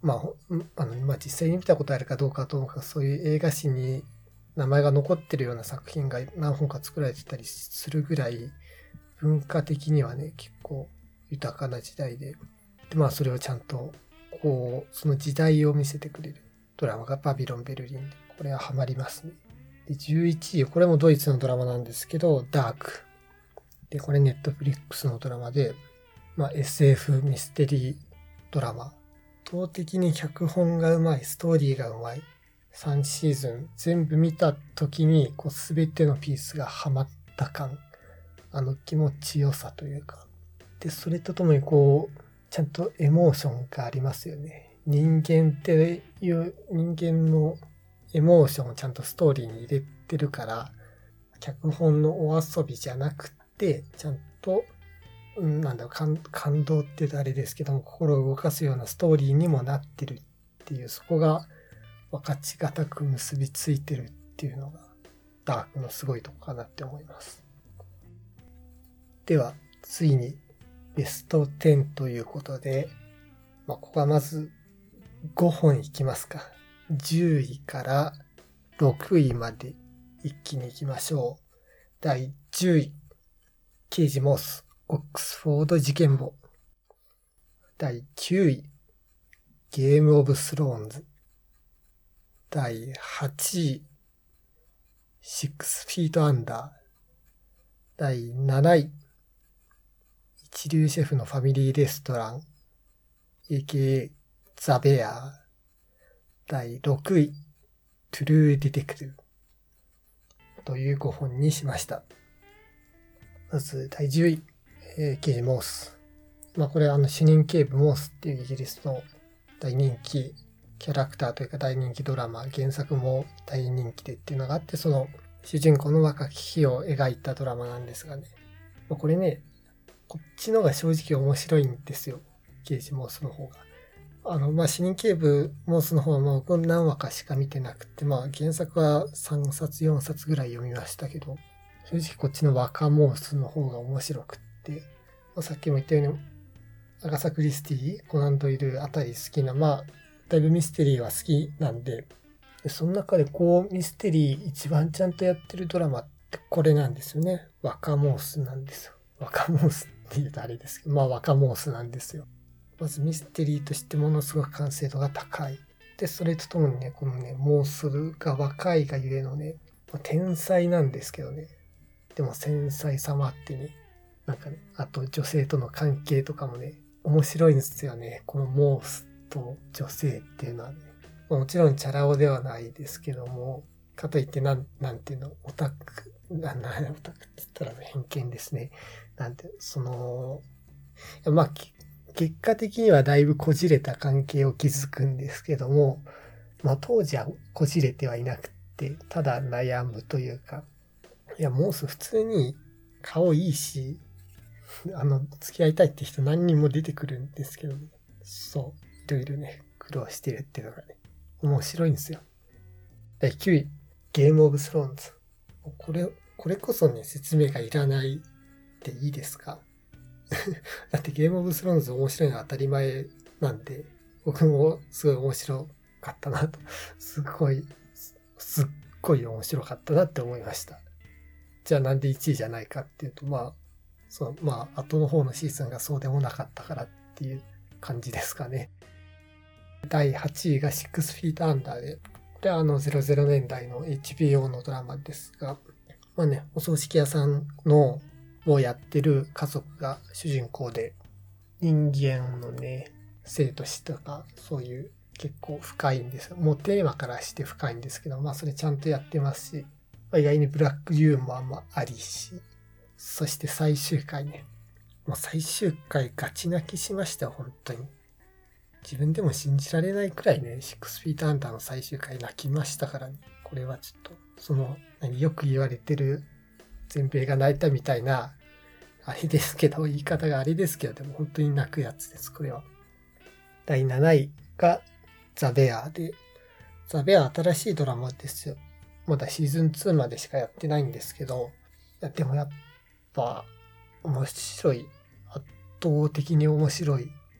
まあ、あの、まあ、実際に見たことあるかどうかはともかく、そういう映画史に名前が残ってるような作品が何本か作られてたりするぐらい、文化的にはね、結構豊かな時代で、で、まあ、それをちゃんと、こう、その時代を見せてくれるドラマがバビロン・ベルリンで、これはハマりますね。で、じゅういちい、これもドイツのドラマなんですけど、ダーク。で、これネットフリックスのドラマで、まあ、エスエフ ミステリードラマ。圧倒的に脚本がうまい、ストーリーがうまい。さんシーズン全部見た時に、こう、すべてのピースがハマった感。あの気持ちよさというか。で、それとともにこう、ちゃんとエモーションがありますよね。人間っていう人間のエモーションをちゃんとストーリーに入れてるから、脚本のお遊びじゃなくて、ちゃんと、うん、なんだろう、感、感動って言うとあれですけども、心を動かすようなストーリーにもなってるっていう、そこが分かちがたく結びついてるっていうのが、ダークのすごいとこかなって思います。では、ついにベストじゅうということで、まあ、ここはまずごほんいきますか。じゅういからろくいまで一気にいきましょう。だいじゅうい、刑事モース、オックスフォード事件簿。だいきゅうい、ゲームオブスローンズ。だいはちい、シックスフィートアンダー。だいなない、一流シェフのファミリーレストラン、エーケーエー ザ・ベア。だいろくい、トゥルー・ディテクティブというごほんにしました。まずだいじゅうい、えー、刑事モース。まあこれはあの主任警部モースっていうイギリスの大人気キャラクターというか大人気ドラマ、原作も大人気でっていうのがあって、その主人公の若き日を描いたドラマなんですがね。まあ、これね、こっちのが正直面白いんですよ。刑事モースの方が。あの、まあ、主任警部モースの方はもう僕何話かしか見てなくて、まあ、原作はさんさつよんさつぐらい読みましたけど、正直こっちの若モースの方が面白くって、まあ、さっきも言ったように、アガサ・クリスティ、コナンドイルあたり好きな、まあ、だいぶミステリーは好きなんで、でその中でこう、ミステリー一番ちゃんとやってるドラマってこれなんですよね。若モースなんですよ。若モースって言うとあれですけど、まあ若モースなんですよ。まずミステリーとしてものすごく完成度が高い。で、それとともにね、このね、モースが若いがゆえのね、天才なんですけどね。でも繊細さもあってね、なんかね、あと女性との関係とかもね、面白いんですよね。このモースと女性っていうのはね。もちろんチャラ男ではないですけども、かといってなん、なんていうの、オタク、な、な、オタクって言ったら偏見ですね。なんて、その、まあ、結果的にはだいぶこじれた関係を築くんですけども、まあ当時はこじれてはいなくて、ただ悩むというか、いや、モース普通に顔いいし、あの、付き合いたいって人何人も出てくるんですけど、ね、そう、いろいろね、苦労してるっていうのがね、面白いんですよ。だいきゅうい、ゲームオブスローンズ。これ、これこそね、説明がいらないでいいですかだってゲームオブスローンズ面白いのは当たり前なんで、僕もすごい面白かったなと、すっごい、すっごい面白かったなって思いました。じゃあなんでいちいじゃないかっていうと、まあ、そう、まあ、後の方のシーズンがそうでもなかったからっていう感じですかね。だいはちいがシックスフィートアンダーで、これはあのゼロゼロねんだいの エイチビーオー のドラマですが、まあね、お葬式屋さんのをやってる家族が主人公で、人間のね、生と死とか、そういう結構深いんですよ。もうテーマからして深いんですけど、まあそれちゃんとやってますし、まあ、意外にブラックユーモアもありし、そして最終回ね。もう最終回ガチ泣きしましたよ、本当に。自分でも信じられないくらいね、シックスフィートアンダーの最終回泣きましたからね。これはちょっと、その、何よく言われてる全米が泣いたみたいな、あれですけど、言い方があれですけど、でも本当に泣くやつです、これは。だいなないがザ・ベアで、ザ・ベア新しいドラマですよ。まだシーズンツーまでしかやってないんですけど、いやでもやっぱ面白い。圧倒的に面白い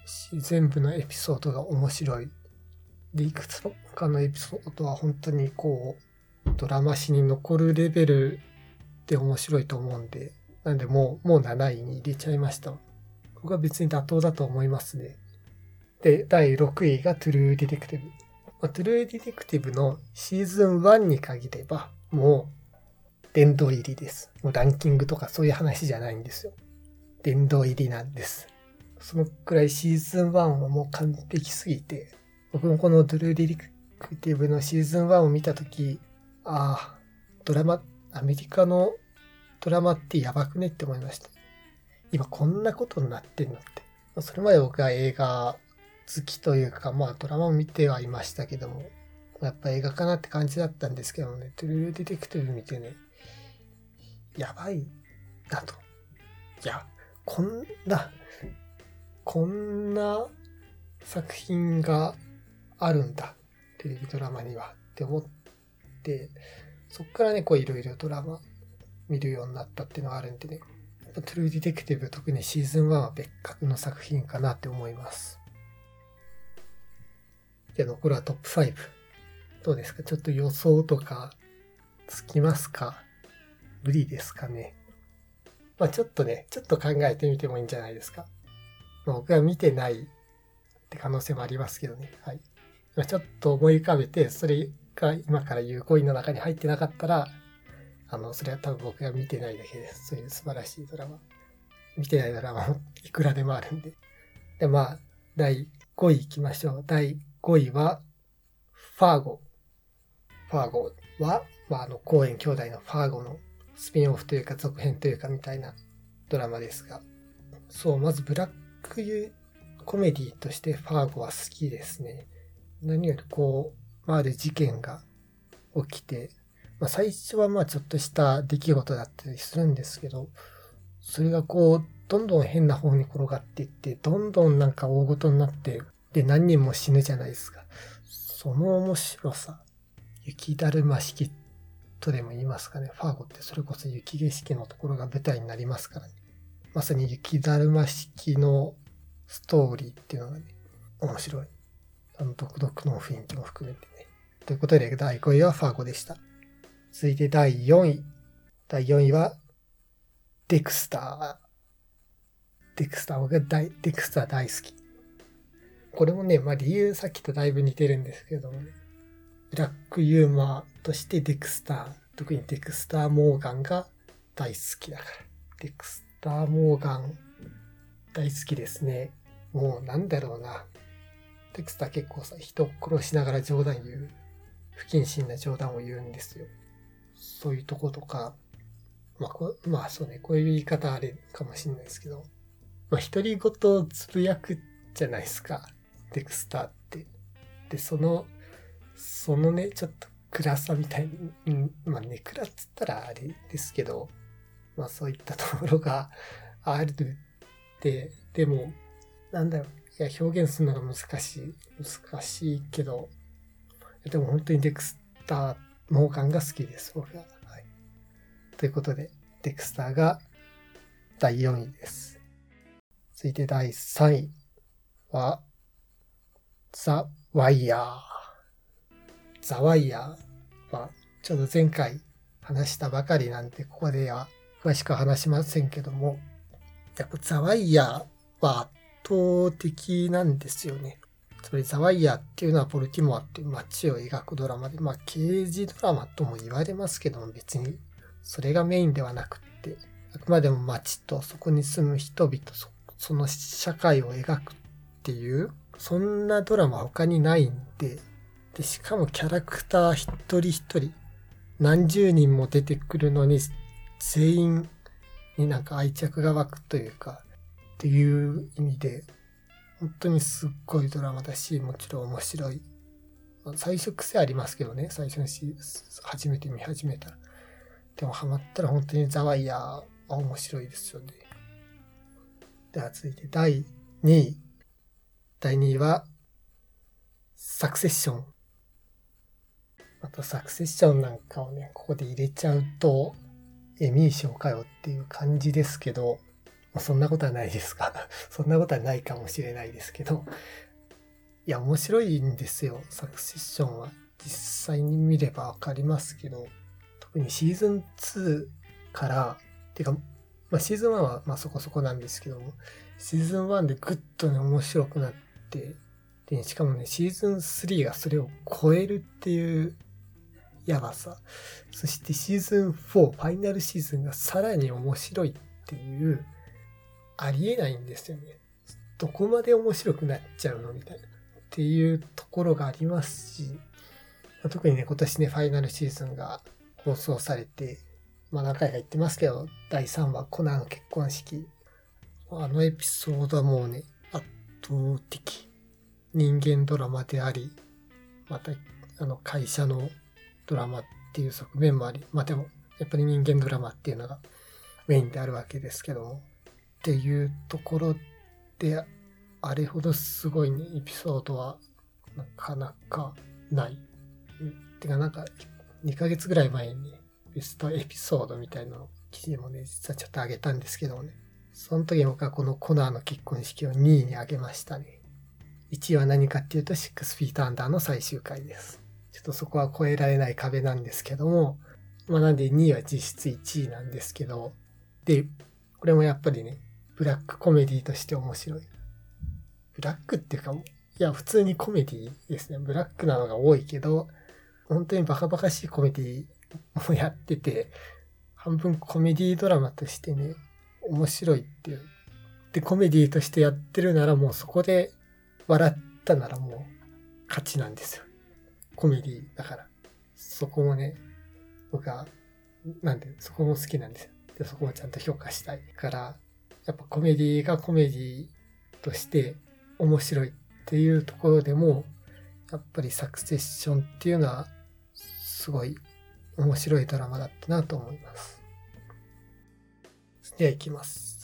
し、全部のエピソードが面白い。で、いくつかのエピソードは本当にこう、ドラマ史に残るレベルで面白いと思うんで、なんでもう、もうなないに入れちゃいました。僕は別に妥当だと思いますね。で、だいろくいがトゥルーディテクティブ。まあ、トゥルーディテクティブのシーズンワンに限れば、もう、殿堂入りです。もうランキングとかそういう話じゃないんですよ。殿堂入りなんです。そのくらいシーズンワンはもう完璧すぎて、僕もこのトゥルーディテクティブのシーズンワンを見たとき、ああ、ドラマ、アメリカのドラマってやばくねって思いました。今こんなことになってんのって。それまで僕は映画好きというか、まあドラマを見てはいましたけども、やっぱ映画かなって感じだったんですけどね、トゥルーディテクティブ見てね、やばいなと。いや、こんな、こんな作品があるんだ、テレビドラマにはって思って、そっからね、こういろいろドラマ見るようになったっていうのがあるんでね、トゥルーディテクティブ特にシーズンワンは別格の作品かなって思います。じゃあ残るはトップファイブ。どうですか？ちょっと予想とかつきますか？無理ですかね。まあちょっとね、ちょっと考えてみてもいいんじゃないですか。まあ、僕は見てないって可能性もありますけどね。はい。まあ、ちょっと思い浮かべて、それが今から言うごいの中に入ってなかったら、あの、それは多分僕が見てないだけです。そういう素晴らしいドラマ。見てないドラマもいくらでもあるんで。で、まあ、だいごい行きましょう。だいごいは、ファーゴ。ファーゴは、まあ、あの、コーエン兄弟のファーゴのスピンオフというか続編というかみたいなドラマですが、そう、まずブラックユコメディとしてファーゴは好きですね。何よりこう、まあ、ある事件が起きて、まあ、最初はまあちょっとした出来事だったりするんですけど、それがこう、どんどん変な方に転がっていって、どんどんなんか大事になって、で何人も死ぬじゃないですか。その面白さ、雪だるま式とでも言いますかね。ファーゴってそれこそ雪景色のところが舞台になりますからね。まさに雪だるま式のストーリーっていうのがね、面白い。あの独特の雰囲気も含めてね。ということでだいごいはファーゴでした。続いてだいよんい。だいよんいはデクスター。デクスター、僕が大デクスター大好き。これもね、まあ理由さっきとだいぶ似てるんですけどもね。ブラックユーモアとしてデクスター、特にデクスター・モーガンが大好きだから。デクスター・モーガン大好きですね。もうなんだろうな。デクスター結構さ、人を殺しながら冗談言う。不謹慎な冗談を言うんですよ。そういうとことか、まあこ、まあそうね、こういう言い方あれかもしれないですけど、まあ独り言をつぶやくじゃないですか。デクスターって。で、その、そのね、ちょっと暗さみたいに、まあね、暗っつったらあれですけど、まあそういったところがあるって、でも、なんだろう、いや、表現するのが難しい。難しいけど、でも本当にデクスター・モーガンが好きです、僕は。はい。ということで、デクスターがだいよんいです。続いてだいさんいは、ザ・ワイヤー。ザ・ワイヤーは、ちょうど前回話したばかりなんで、ここでは詳しくは話しませんけども、やっぱザ・ワイヤーは圧倒的なんですよね。それザ・ワイヤーっていうのはボルティモアっていう街を描くドラマで、まあ刑事ドラマとも言われますけども、別にそれがメインではなくって、あくまでも街とそこに住む人々、そ, その社会を描くっていう、そんなドラマ他にないんで、でしかもキャラクター一人一人、何十人も出てくるのに、全員になんか愛着が湧くというか、っていう意味で、本当にすっごいドラマだし、もちろん面白い。最初癖ありますけどね、最初のシ初めて見始めたら。でもハマったら本当にザワイヤーは面白いですよね。では続いてだいにい。だいにいは、サクセッション。あとサクセッションなんかをね、ここで入れちゃうと、エミー賞かよっていう感じですけど、 あ、そんなことはないですか。そんなことはないかもしれないですけど、いや、面白いんですよ。サクセッションは。実際に見ればわかりますけど、特にシーズンツーから、てか、まあ、シーズンワンはまあそこそこなんですけども、シーズンワンでぐっとね、面白くなって、で、しかもね、シーズンスリーがそれを超えるっていうやばさ。そしてシーズンフォー、ファイナルシーズンがさらに面白いっていう、ありえないんですよね。どこまで面白くなっちゃうのみたいな。っていうところがありますし、特にね、今年ね、ファイナルシーズンが放送されて、まあ何回か言ってますけど、だいさんわ、コナーの結婚式。あのエピソードはもうね、圧倒的人間ドラマであり、また、あの、会社のドラマっていう側面もあり、まあでも、やっぱり人間ドラマっていうのがメインであるわけですけども、っていうところで、あれほどすごいね、エピソードはなかなかない。てかなんか、にかげつぐらい前に、ね、ベストエピソードみたいなの記事もね、実はちょっと上げたんですけどもね。その時僕はこのコナーの結婚式をにいに上げましたね。いちいは何かっていうと、シックスフィートアンダーの最終回です。ちょっとそこは超えられない壁なんですけども、まあなんでにいは実質いちいなんですけど、で、これもやっぱりね、ブラックコメディとして面白い。ブラックっていうか、いや、普通にコメディですね。ブラックなのが多いけど、本当にバカバカしいコメディもやってて、半分コメディドラマとしてね、面白いっていう。で、コメディとしてやってるならもうそこで笑ったならもう勝ちなんですよ。コメディだから。そこもね、僕は、なんで、そこも好きなんですよ。で、そこもちゃんと評価したいから、やっぱコメディがコメディとして面白いっていうところでも、やっぱりサクセッションっていうのは、すごい面白いドラマだったなと思います。では行きます。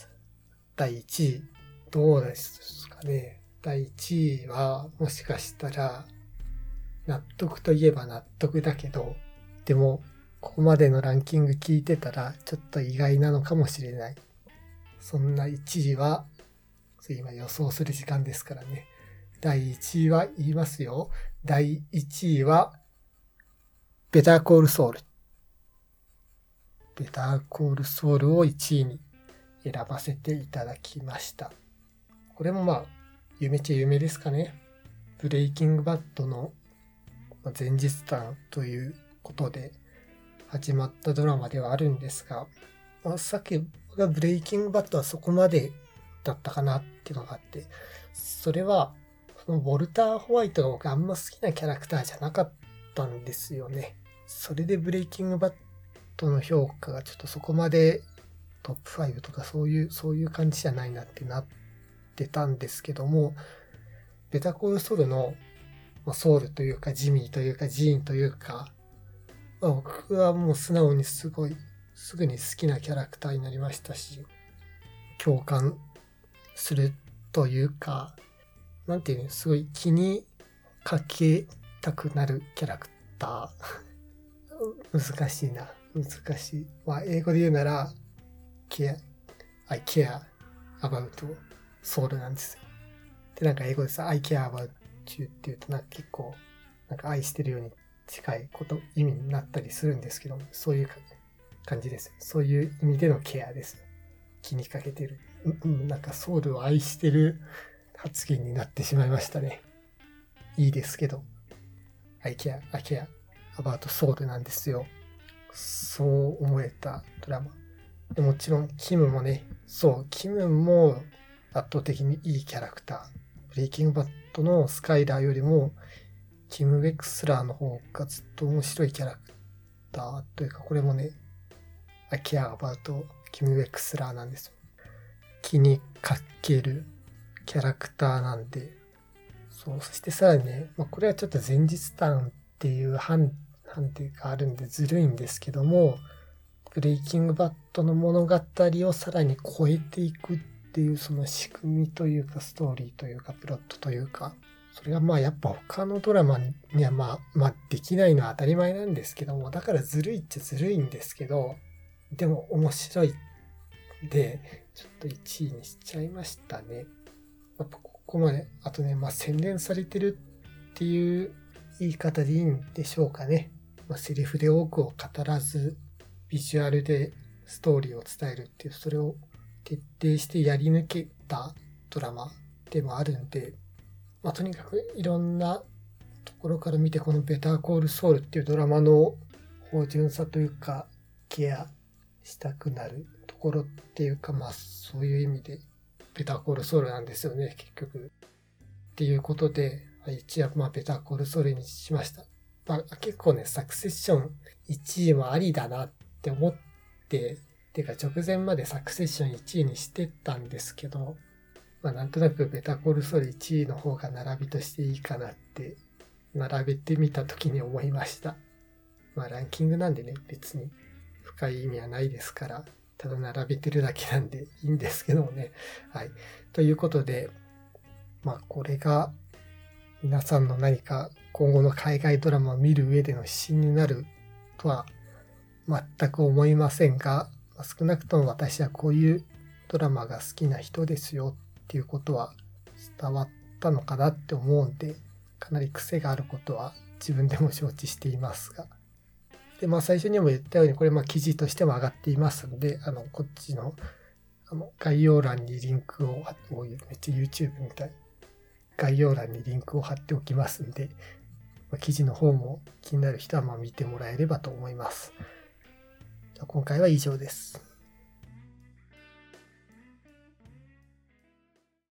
だいいちい、どうですかね。だいいちいは、もしかしたら、納得といえば納得だけど、でも、ここまでのランキング聞いてたら、ちょっと意外なのかもしれない。そんないちいは、今予想する時間ですからね。だいいちいは言いますよ。だいいちいは、ベターコールソウル。ベターコールソウルをいちいに選ばせていただきました。これもまあ、夢っちゃ夢ですかね。ブレイキングバッドの前日談ということで始まったドラマではあるんですが、まあ、さっき僕がブレイキングバッドはそこまでだったかなっていうのがあって、それはそのウォルター・ホワイトが僕あんま好きなキャラクターじゃなかったんですよね。それでブレイキングバッドの評価がちょっとそこまでトップファイブとかそういうそういう感じじゃないなってなってたんですけども、ベタコールソウルのソウルというかジミーというかジーンというか、まあ、僕はもう素直にすごいすぐに好きなキャラクターになりましたし、共感するというか、なんていうの、すごい気にかけたくなるキャラクター。難しいな。難しい。まあ、英語で言うなら、care, I care about soul なんですよ。で、なんか英語でさ、I care about you って言うとなんか結構、なんか愛してるように近いこと、意味になったりするんですけど、そういう感じです。そういう意味でのケアです。気にかけてる。うん、なんかソウルを愛してる発言になってしまいましたね。いいですけど、I care, I care about soul なんですよ。そう思えたドラマ。でもちろんキムもね、そう、キムも圧倒的にいいキャラクター。ブレイキングバッドのスカイラーよりもキム・ウェクスラーの方がずっと面白いキャラクターというか、これもね、I care about キム・ウェクスラーなんですよ。気にかけるキャラクターなんで、そう、そしてさらにね、まあ、これはちょっと前日談っていう判判定があるんでずるいんですけども、ブレイキングバッドの物語をさらに超えていくっていうその仕組みというかストーリーというかプロットというか、それがまあやっぱ他のドラマにはまあまあできないのは当たり前なんですけども、だからずるいっちゃずるいんですけど、でも面白いで、 ちょっといちいにしちゃいましたね。やっぱここまで、あとね、まあ洗練されてるっていう言い方でいいんでしょうかね。まあ、セリフで多くを語らず、ビジュアルでストーリーを伝えるっていう、それを徹底してやり抜けたドラマでもあるんで、まあ、とにかくいろんなところから見て、このベターコールソウルっていうドラマの芳醇さというか、ケアしたくなるところっていうか、まあそういう意味でベターコールソウルなんですよね、結局。っていうことで、一応まあベターコールソウルにしました。まあ結構ね、サクセッションいちいもありだなって思って、てか直前までサクセッションいちいにしてたんですけど、まあなんとなくベターコールソウルいちいの方が並びとしていいかなって並べてみた時に思いました。まあランキングなんでね、別に深い意味はないですから、ただ並べてるだけなんでいいんですけどもね。はい。ということで、まあこれが皆さんの何か今後の海外ドラマを見る上での指針になるとは全く思いませんが、少なくとも私はこういうドラマが好きな人ですよっていうことは伝わったのかなって思うんで、かなり癖があることは自分でも承知していますが。で、まあ最初にも言ったように、これまあ記事としても上がっていますので、あの、こっちのあの概要欄にリンクを、もうめっちゃ YouTube みたい。概要欄にリンクを貼っておきますんで、まあ、記事の方も気になる人はまあ見てもらえればと思います。今回は以上です。